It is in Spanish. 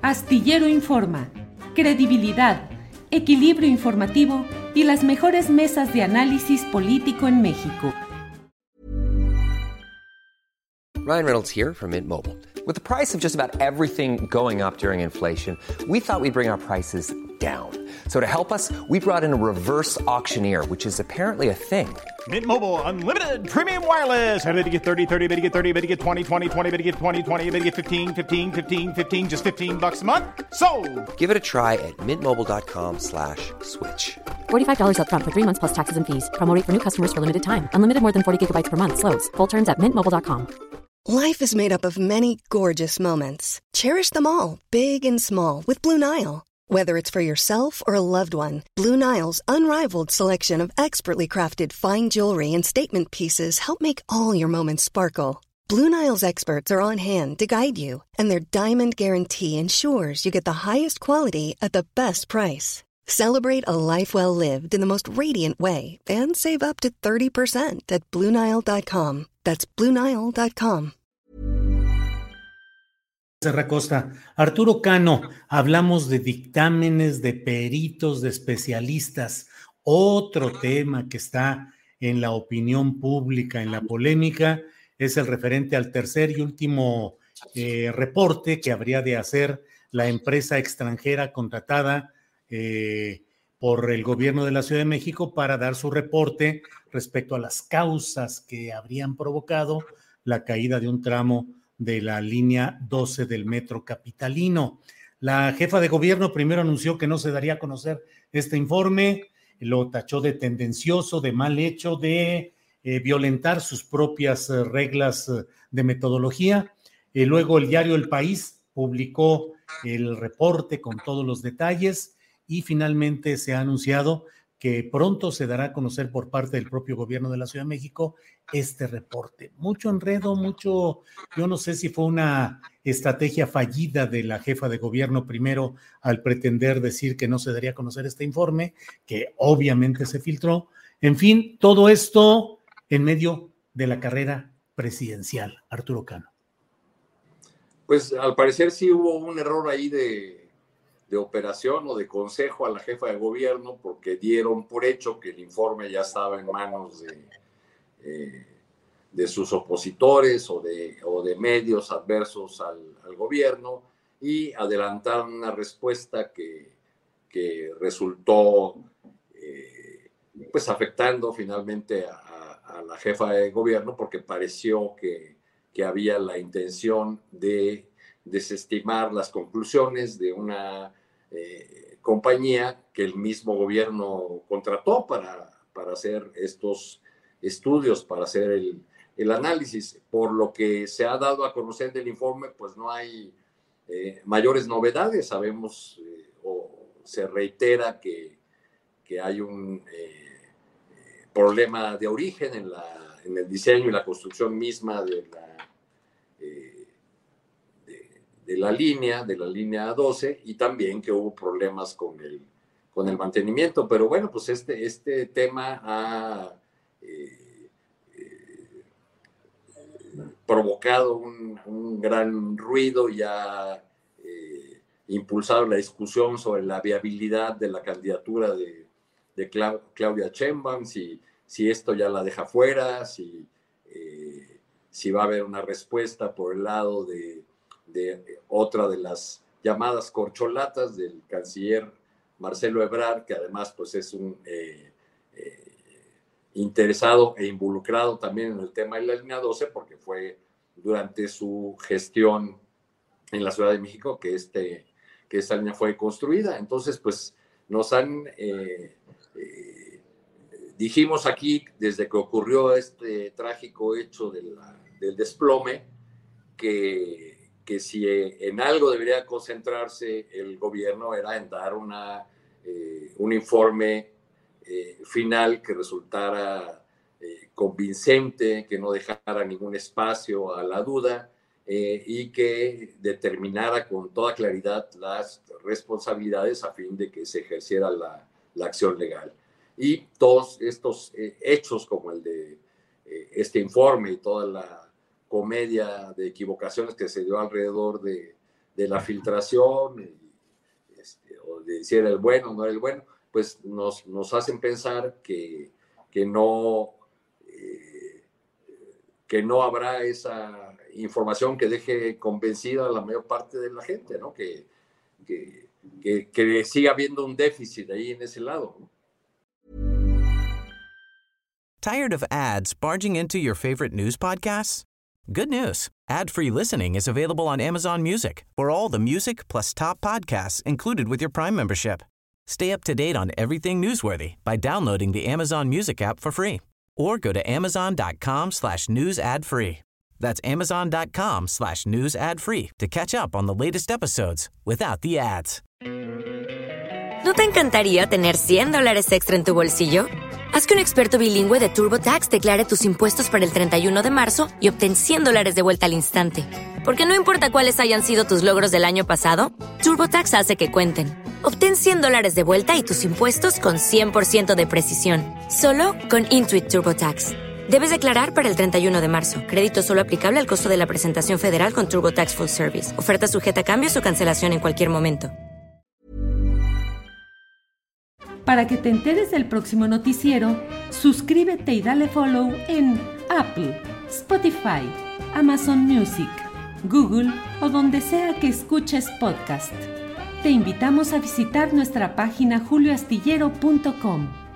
Astillero Informa, credibilidad, equilibrio informativo y las mejores mesas de análisis político en México. Ryan Reynolds here from Mint Mobile. With the price of just about everything going up during inflation, we thought we'd bring our prices down. So to help us, we brought in a reverse auctioneer, which is apparently a thing. Mint Mobile Unlimited Premium Wireless. How to get 30, 30, bit to get 30, bit to get 20, 20, 20, bit to get 20, 20, bit to get 15, 15, 15, 15, just $15 a month? Sold! Give it a try at mintmobile.com/switch. $45 up front for 3 months plus taxes and fees. Promo rate for new customers for limited time. Unlimited more than 40 gigabytes per month. Slows full terms at mintmobile.com. Life is made up of many gorgeous moments. Cherish them all, big and small, with Blue Nile. Whether it's for yourself or a loved one, Blue Nile's unrivaled selection of expertly crafted fine jewelry and statement pieces help make all your moments sparkle. Blue Nile's experts are on hand to guide you, and their diamond guarantee ensures you get the highest quality at the best price. Celebrate a life well lived in the most radiant way and save up to 30% at BlueNile.com. That's BlueNile.com. Serra Costa. Arturo Cano, hablamos de dictámenes, de peritos, de especialistas. Otro tema que está en la opinión pública, en la polémica, es el referente al tercer y último reporte que habría de hacer la empresa extranjera contratada por el gobierno de la Ciudad de México para dar su reporte respecto a las causas que habrían provocado la caída de un tramo de la línea 12 del metro capitalino. La jefa de gobierno primero anunció que no se daría a conocer este informe, lo tachó de tendencioso, de mal hecho, de violentar sus propias reglas de metodología. Luego el diario El País publicó el reporte con todos los detalles y finalmente se ha anunciado que pronto se dará a conocer por parte del propio gobierno de la Ciudad de México este reporte. Mucho enredo, yo no sé si fue una estrategia fallida de la jefa de gobierno primero al pretender decir que no se daría a conocer este informe, que obviamente se filtró. En fin, todo esto en medio de la carrera presidencial. Arturo Cano. Pues al parecer sí hubo un error ahí de operación o de consejo a la jefa de gobierno, porque dieron por hecho que el informe ya estaba en manos de sus opositores o de medios adversos al gobierno, y adelantaron una respuesta que resultó pues afectando finalmente a la jefa de gobierno, porque pareció que había la intención de desestimar las conclusiones de una compañía que el mismo gobierno contrató para hacer estos estudios, para hacer el análisis. Por lo que se ha dado a conocer del informe, pues no hay mayores novedades. Sabemos o se reitera que hay un problema de origen en el diseño y la construcción misma de la línea 12, y también que hubo problemas con el mantenimiento. Pero bueno, pues este tema ha provocado un gran ruido y ha impulsado la discusión sobre la viabilidad de la candidatura de Claudia Sheinbaum, si esto ya la deja fuera, si va a haber una respuesta por el lado de otra de las llamadas corcholatas del canciller Marcelo Ebrard, que además pues es un interesado e involucrado también en el tema de la línea 12, porque fue durante su gestión en la Ciudad de México que esta línea fue construida. Entonces pues nos han dijimos aquí desde que ocurrió este trágico hecho del desplome que si en algo debería concentrarse el gobierno era en dar un informe final que resultara convincente, que no dejara ningún espacio a la duda y que determinara con toda claridad las responsabilidades a fin de que se ejerciera la acción legal. Y todos estos hechos como el de este informe y toda la comedia de equivocaciones que se dio alrededor de la filtración, o de si era el bueno o no era el bueno, pues nos hacen pensar que no habrá esa información que deje convencida a la mayor parte de la gente, ¿no? Que siga habiendo un déficit ahí en ese lado, ¿no? Tired of ads barging into your favorite news podcasts? Good news. Ad-free listening is available on Amazon Music for all the music plus top podcasts included with your Prime membership. Stay up to date on everything newsworthy by downloading the Amazon Music app for free or go to amazon.com/news ad free. That's amazon.com/news ad free to catch up on the latest episodes without the ads. ¿No te encantaría tener $100 extra en tu bolsillo? Haz que un experto bilingüe de TurboTax declare tus impuestos para el 31 de marzo y obtén $100 de vuelta al instante. Porque no importa cuáles hayan sido tus logros del año pasado, TurboTax hace que cuenten. Obtén $100 de vuelta y tus impuestos con 100% de precisión. Solo con Intuit TurboTax. Debes declarar para el 31 de marzo. Crédito solo aplicable al costo de la presentación federal con TurboTax Full Service. Oferta sujeta a cambios o cancelación en cualquier momento. Para que te enteres del próximo noticiero, suscríbete y dale follow en Apple, Spotify, Amazon Music, Google o donde sea que escuches podcast. Te invitamos a visitar nuestra página julioastillero.com.